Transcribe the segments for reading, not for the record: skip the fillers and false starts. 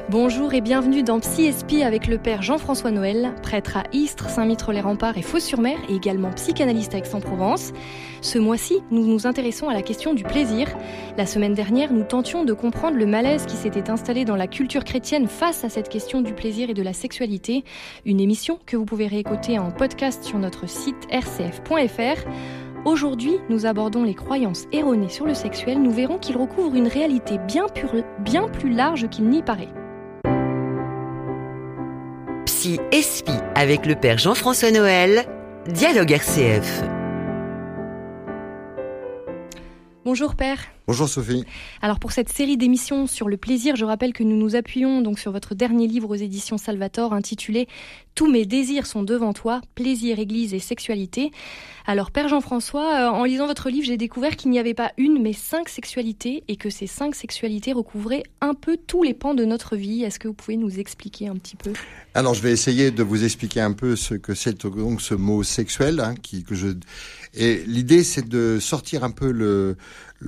Bonjour et bienvenue dans Psy avec le père Jean-François Noël, prêtre à Istres, Saint-Mitre-les-Remparts et Fos-sur-Mer et également psychanalyste à Aix-en-Provence. Ce mois-ci, nous nous intéressons à la question du plaisir. La semaine dernière, nous tentions de comprendre le malaise qui s'était installé dans la culture chrétienne face à cette question du plaisir et de la sexualité. Une émission que vous pouvez réécouter en podcast sur notre site rcf.fr. Aujourd'hui, nous abordons les croyances erronées sur le sexuel. Nous verrons qu'il recouvre une réalité bien plus large qu'il n'y paraît. Psy avec le père Jean-François Noël, Dialogue RCF. Bonjour père. Bonjour Sophie. Alors pour cette série d'émissions sur le plaisir, je rappelle que nous nous appuyons donc sur votre dernier livre aux éditions Salvator intitulé « Tous mes désirs sont devant toi, plaisir, église et sexualité ». Alors père Jean-François, en lisant votre livre, j'ai découvert qu'il n'y avait pas une mais 5 sexualités et que ces 5 sexualités recouvraient un peu tous les pans de notre vie. Est-ce que vous pouvez nous expliquer un petit peu ? Alors je vais essayer de vous expliquer un peu ce que c'est donc ce mot sexuel et l'idée c'est de sortir un peu le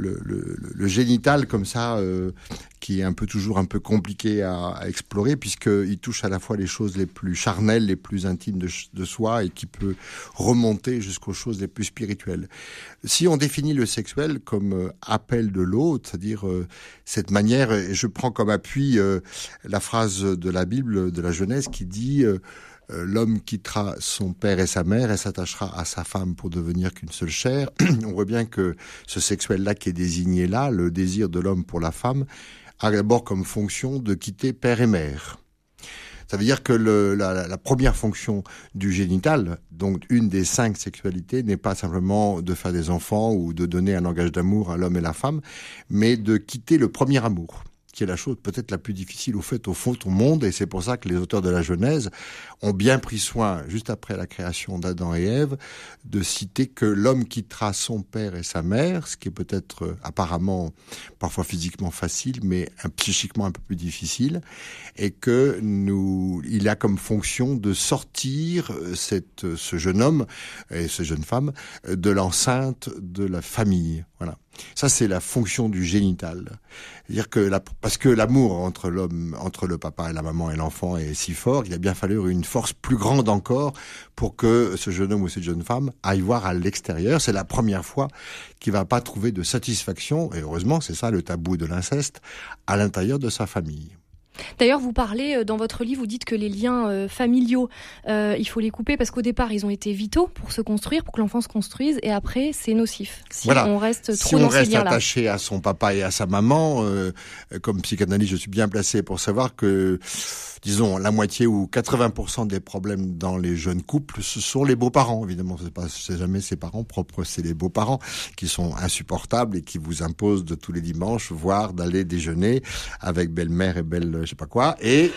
génital comme ça, qui est un peu toujours un peu compliqué à explorer puisqu'il touche à la fois les choses les plus charnelles, les plus intimes de soi et qui peut remonter jusqu'aux choses les plus spirituelles. Si on définit le sexuel comme appel de l'autre, c'est-à-dire cette manière, et je prends comme appui la phrase de la Bible, de la Genèse qui dit l'homme quittera son père et sa mère et s'attachera à sa femme pour devenir qu'une seule chair. On voit bien que ce sexuel-là qui est désigné là, le désir de l'homme pour la femme, a d'abord comme fonction de quitter père et mère. Ça veut dire que la première fonction du génital, donc une des 5 sexualités, n'est pas simplement de faire des enfants ou de donner un langage d'amour à l'homme et la femme, mais de quitter le premier amour, qui est la chose peut-être la plus difficile au fond au monde, et c'est pour ça que les auteurs de la Genèse ont bien pris soin, juste après la création d'Adam et Ève, de citer que l'homme quittera son père et sa mère, ce qui est peut-être apparemment, parfois physiquement facile, mais psychiquement un peu plus difficile, et que il a comme fonction de sortir ce jeune homme et cette jeune femme de l'enceinte de la famille. Voilà. Ça, c'est la fonction du génital. C'est-à-dire que parce que l'amour entre le papa et la maman et l'enfant est si fort, il a bien fallu une force plus grande encore pour que ce jeune homme ou cette jeune femme aille voir à l'extérieur. C'est la première fois qu'il va pas trouver de satisfaction, et heureusement, c'est ça le tabou de l'inceste, à l'intérieur de sa famille. D'ailleurs, vous parlez dans votre livre, vous dites que les liens familiaux, il faut les couper parce qu'au départ, ils ont été vitaux pour se construire, pour que l'enfant se construise, et après, c'est nocif. Si on reste trop dans ces liens-là. Si on reste attaché à son papa et à sa maman, comme psychanalyste, je suis bien placé pour savoir que, disons, la moitié ou 80% des problèmes dans les jeunes couples, ce sont les beaux-parents. Évidemment, c'est jamais ses parents propres, c'est les beaux-parents qui sont insupportables et qui vous imposent de tous les dimanches, voire d'aller déjeuner avec belle-mère et belle je sais pas quoi, et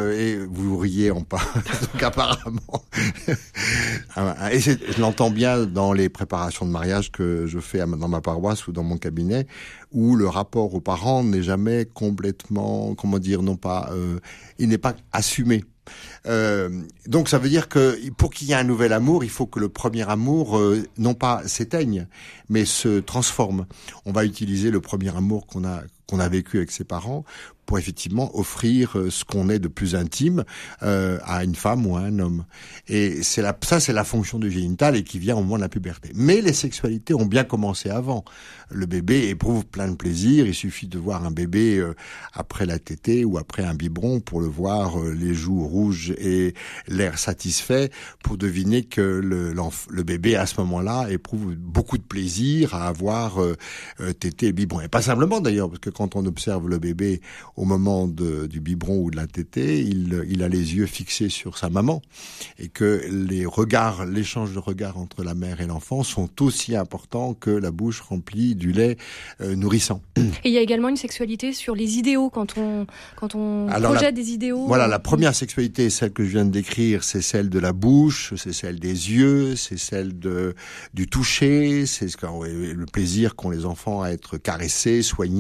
vous riez en pas. Donc apparemment, et je l'entends bien dans les préparations de mariage que je fais dans ma paroisse ou dans mon cabinet, où le rapport aux parents n'est jamais complètement, il n'est pas assumé. Donc ça veut dire que pour qu'il y ait un nouvel amour, il faut que le premier amour non pas s'éteigne, mais se transforme. On va utiliser le premier amour qu'on a vécu avec ses parents pour effectivement offrir ce qu'on est de plus intime à une femme ou à un homme. Et c'est la fonction du génital et qui vient au moment de la puberté. Mais les sexualités ont bien commencé avant. Le bébé éprouve plein de plaisir. Il suffit de voir un bébé après la tétée ou après un biberon pour le voir les joues rouges et l'air satisfait pour deviner que le bébé à ce moment-là éprouve beaucoup de plaisir à avoir tété et biberon. Et pas simplement d'ailleurs, parce que quand on observe le bébé au moment du biberon ou de la tétée, il a les yeux fixés sur sa maman et que l'échange de regards entre la mère et l'enfant sont aussi importants que la bouche remplie du lait nourrissant. Et il y a également une sexualité sur les idéaux quand on projette des idéaux. Voilà, la première sexualité, celle que je viens de décrire, c'est celle de la bouche, c'est celle des yeux, c'est celle du toucher, c'est le plaisir qu'ont les enfants à être caressés, soignés,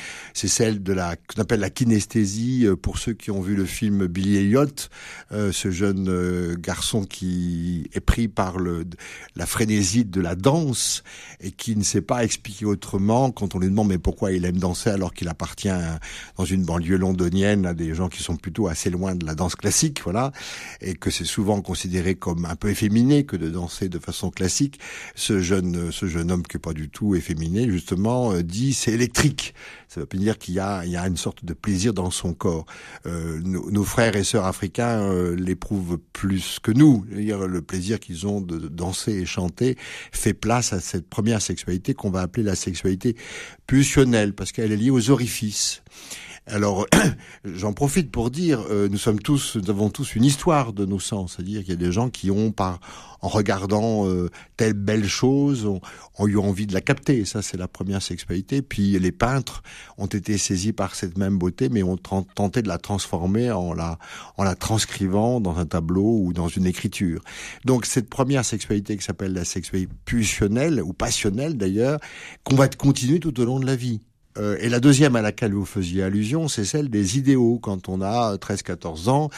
c'est celle de qu'on appelle la kinesthésie. Pour ceux qui ont vu le film Billy Elliot, ce jeune garçon qui est pris par la frénésie de la danse et qui ne sait pas expliquer autrement quand on lui demande mais pourquoi il aime danser alors qu'il appartient dans une banlieue londonienne à des gens qui sont plutôt assez loin de la danse classique, voilà, et que c'est souvent considéré comme un peu efféminé que de danser de façon classique. Ce jeune homme qui est pas du tout efféminé, justement, dit c'est électrique. Ça veut dire qu'il y a une sorte de plaisir dans son corps. Nos frères et sœurs africains l'éprouvent plus que nous. C'est-à-dire le plaisir qu'ils ont de danser et chanter fait place à cette première sexualité qu'on va appeler la sexualité pulsionnelle, parce qu'elle est liée aux orifices. Alors, j'en profite pour dire, nous avons tous une histoire de nos sens, c'est-à-dire qu'il y a des gens qui ont, en regardant telle belle chose, ont eu envie de la capter. Ça, c'est la première sexualité. Puis les peintres ont été saisis par cette même beauté, mais ont tenté de la transformer en la transcrivant dans un tableau ou dans une écriture. Donc, cette première sexualité qui s'appelle la sexualité pulsionnelle, ou passionnelle d'ailleurs, qu'on va continuer tout au long de la vie. Et la deuxième à laquelle vous faisiez allusion, c'est celle des idéaux. Quand on a 13-14 ans,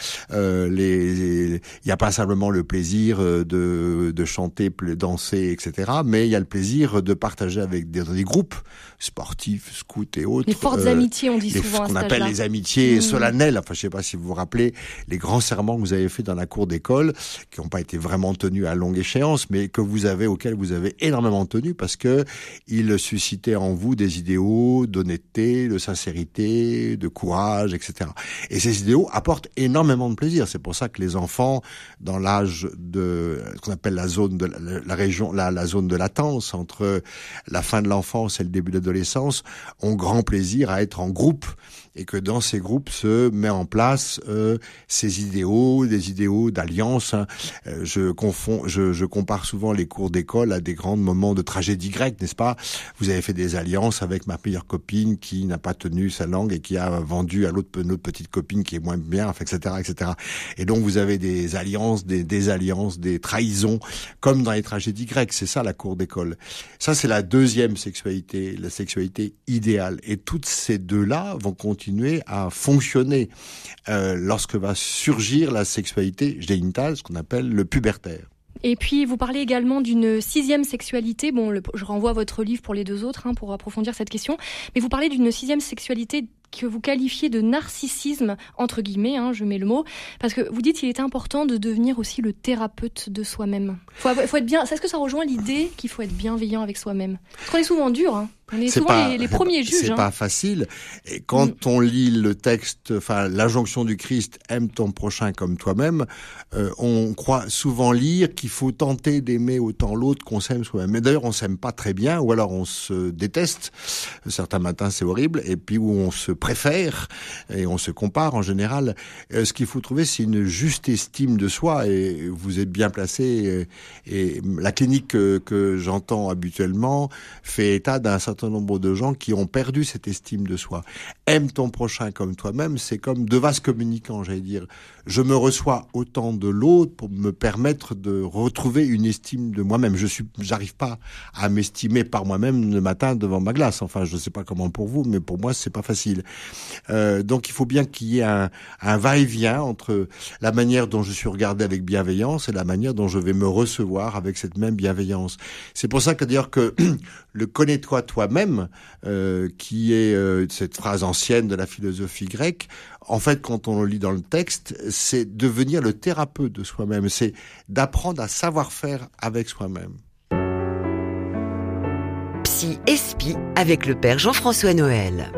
il n'y a pas simplement le plaisir de chanter, danser, etc., mais il y a le plaisir de partager avec des groupes sportifs, scouts et autres. Les fortes amitiés, on dit souvent à ce qu'on cet appelle âge-là. les amitiés solennelles. Enfin, je sais pas si vous vous rappelez les grands serments que vous avez faits dans la cour d'école, qui n'ont pas été vraiment tenus à longue échéance, mais auxquels vous avez énormément tenu parce que ils suscitaient en vous des idéaux d'honnêteté, de sincérité, de courage, etc. Et ces idéaux apportent énormément de plaisir. C'est pour ça que les enfants, dans l'âge de ce qu'on appelle la zone de la zone de latence entre la fin de l'enfance et le début de l'adolescence, ont grand plaisir à être en groupe, et que dans ces groupes se met en place ces idéaux, des idéaux d'alliance. Je compare souvent les cours d'école à des grands moments de tragédie grecque, n'est-ce pas? Vous avez fait des alliances avec ma meilleure copine qui n'a pas tenu sa langue et qui a vendu à notre petite copine qui est moins bien, enfin, etc., etc. Et donc vous avez des alliances, des désalliances, des trahisons, comme dans les tragédies grecques. C'est ça la cour d'école. Ça, c'est la deuxième sexualité, la sexualité idéale. Et toutes ces deux-là vont continuer à fonctionner lorsque va surgir la sexualité génitale, ce qu'on appelle le pubertaire. Et puis, vous parlez également d'une sixième sexualité. Bon, je renvoie à votre livre pour les deux autres, pour approfondir cette question. Mais vous parlez d'une sixième sexualité que vous qualifiez de narcissisme, entre guillemets, je mets le mot, parce que vous dites qu'il est important de devenir aussi le thérapeute de soi-même. Faut être bien. Est-ce que ça rejoint l'idée qu'il faut être bienveillant avec soi-même? Parce qu'on est souvent dur, On est souvent les premiers juges. C'est pas facile. Et quand on lit le texte, l'injonction du Christ, aime ton prochain comme toi-même, on croit souvent lire qu'il faut tenter d'aimer autant l'autre qu'on s'aime soi-même. Mais d'ailleurs, on s'aime pas très bien, ou alors on se déteste. Certains matins, c'est horrible. Et puis où on se préfère et on se compare en général. Ce qu'il faut trouver, c'est une juste estime de soi. Et vous êtes bien placé. Et la clinique que j'entends habituellement fait état d'un certain nombre de gens qui ont perdu cette estime de soi. Aime ton prochain comme toi-même, c'est comme deux vases communicants, j'allais dire. Je me reçois autant de l'autre pour me permettre de retrouver une estime de moi-même. J'arrive pas à m'estimer par moi-même le matin devant ma glace. Enfin, je ne sais pas comment pour vous, mais pour moi, c'est pas facile. Donc, il faut bien qu'il y ait un va-et-vient entre la manière dont je suis regardé avec bienveillance et la manière dont je vais me recevoir avec cette même bienveillance. C'est pour ça que d'ailleurs que le connais-toi toi-même, qui est cette phrase ancienne de la philosophie grecque, en fait, quand on le lit dans le texte, c'est devenir le thérapeute de soi-même, c'est d'apprendre à savoir faire avec soi-même. Psy Espi avec le père Jean-François Noël.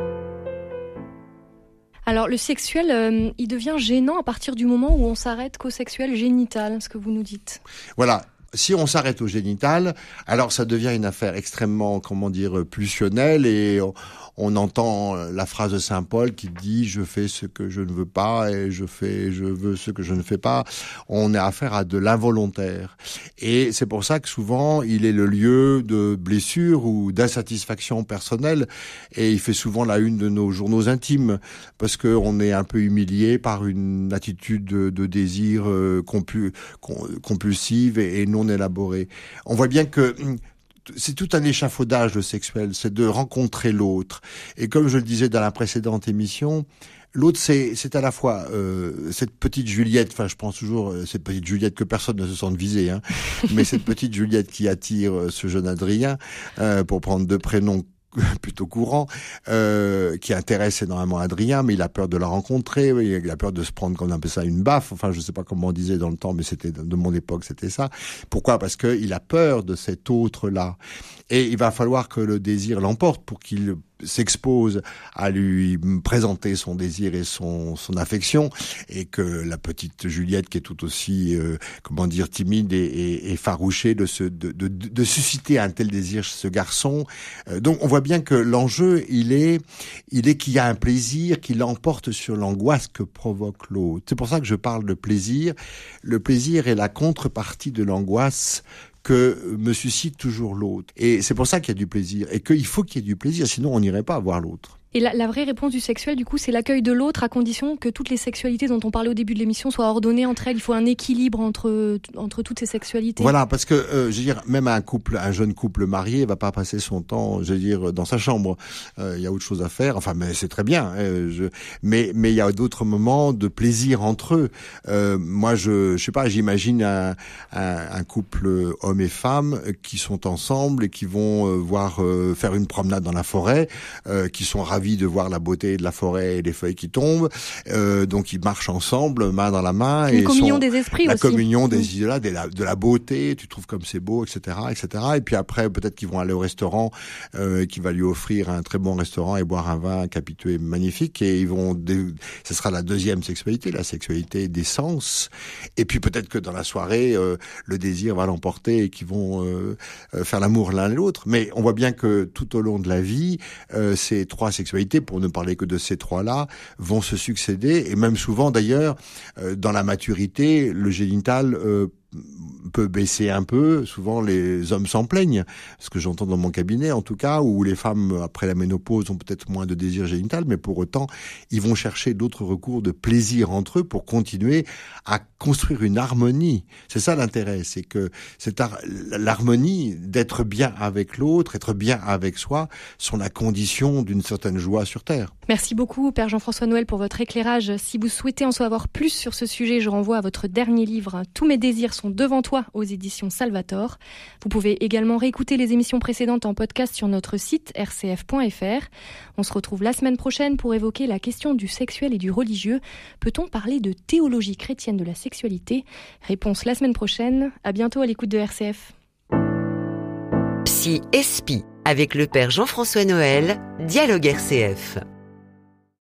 Alors, le sexuel, il devient gênant à partir du moment où on s'arrête qu'au sexuel génital, ce que vous nous dites. Voilà. Si on s'arrête au génital, alors ça devient une affaire extrêmement, pulsionnelle, et on entend la phrase de Saint Paul qui dit « je fais ce que je ne veux pas et je veux ce que je ne fais pas ». On a affaire à de l'involontaire. Et c'est pour ça que souvent, il est le lieu de blessures ou d'insatisfaction personnelle, et il fait souvent la une de nos journaux intimes, parce qu'on est un peu humilié par une attitude de désir compulsive et non élaborée. On voit bien que c'est tout un échafaudage le sexuel, c'est de rencontrer l'autre. Et comme je le disais dans la précédente émission, l'autre, c'est à la fois cette petite Juliette, enfin je pense toujours cette petite Juliette que personne ne se sente visé, hein, mais cette petite Juliette qui attire ce jeune Adrien, pour prendre deux prénoms plutôt courant, qui intéresse énormément Adrien, mais il a peur de la rencontrer, il a peur de se prendre, comme on appelle ça, une baffe, enfin je sais pas comment on disait dans le temps, mais c'était de mon époque, c'était ça. Pourquoi ? Parce que il a peur de cet autre-là. Et il va falloir que le désir l'emporte pour qu'il s'expose à lui présenter son désir et son affection, et que la petite Juliette, qui est tout aussi timide et effarouchée de susciter un tel désir chez ce garçon. Donc on voit bien que l'enjeu il est qu'il y a un plaisir qui l'emporte sur l'angoisse que provoque l'autre. C'est pour ça que je parle de plaisir. Le plaisir est la contrepartie de l'angoisse que me suscite toujours l'autre. Et c'est pour ça qu'il y a du plaisir. Et qu'il faut qu'il y ait du plaisir, sinon on n'irait pas voir l'autre. Et la vraie réponse du sexuel, du coup, c'est l'accueil de l'autre à condition que toutes les sexualités dont on parlait au début de l'émission soient ordonnées entre elles. Il faut un équilibre entre toutes ces sexualités. Voilà, parce que, je veux dire, même un jeune couple marié va pas passer son temps, je veux dire, dans sa chambre. Il y a autre chose à faire. Enfin, mais c'est très bien. Mais il y a d'autres moments de plaisir entre eux. Moi, je sais pas, j'imagine un couple homme et femme qui sont ensemble et qui vont faire une promenade dans la forêt, qui sont ravis de voir la beauté de la forêt et les feuilles qui tombent. Donc ils marchent ensemble, main dans la main. Une communion des esprits la aussi. La communion des idées-là, de la beauté, tu trouves comme c'est beau, etc., etc. Et puis après, peut-être qu'ils vont aller au restaurant, qui va lui offrir un très bon restaurant et boire un vin capiteux et magnifique. Et ce sera la deuxième sexualité, la sexualité des sens. Et puis peut-être que dans la soirée, le désir va l'emporter et qu'ils vont faire l'amour l'un et l'autre. Mais on voit bien que tout au long de la vie, ces trois sexualités, pour ne parler que de ces trois-là, vont se succéder, et même souvent d'ailleurs, dans la maturité, le génital peut baisser un peu. Souvent les hommes s'en plaignent, ce que j'entends dans mon cabinet en tout cas, où les femmes après la ménopause ont peut-être moins de désir génital, mais pour autant ils vont chercher d'autres recours de plaisir entre eux pour continuer à construire une harmonie. C'est ça l'intérêt, c'est que l'harmonie d'être bien avec l'autre, être bien avec soi, sont la condition d'une certaine joie sur Terre. Merci beaucoup Père Jean-François Noël pour votre éclairage. Si vous souhaitez en savoir plus sur ce sujet, je renvoie à votre dernier livre « Tous mes désirs sont devant toi » aux éditions Salvator. Vous pouvez également réécouter les émissions précédentes en podcast sur notre site rcf.fr. On se retrouve la semaine prochaine pour évoquer la question du sexuel et du religieux. Peut-on parler de théologie chrétienne de la sexualité ? Réponse la semaine prochaine. À bientôt à l'écoute de RCF. Psy et Spi avec le Père Jean-François Noël, Dialogue RCF.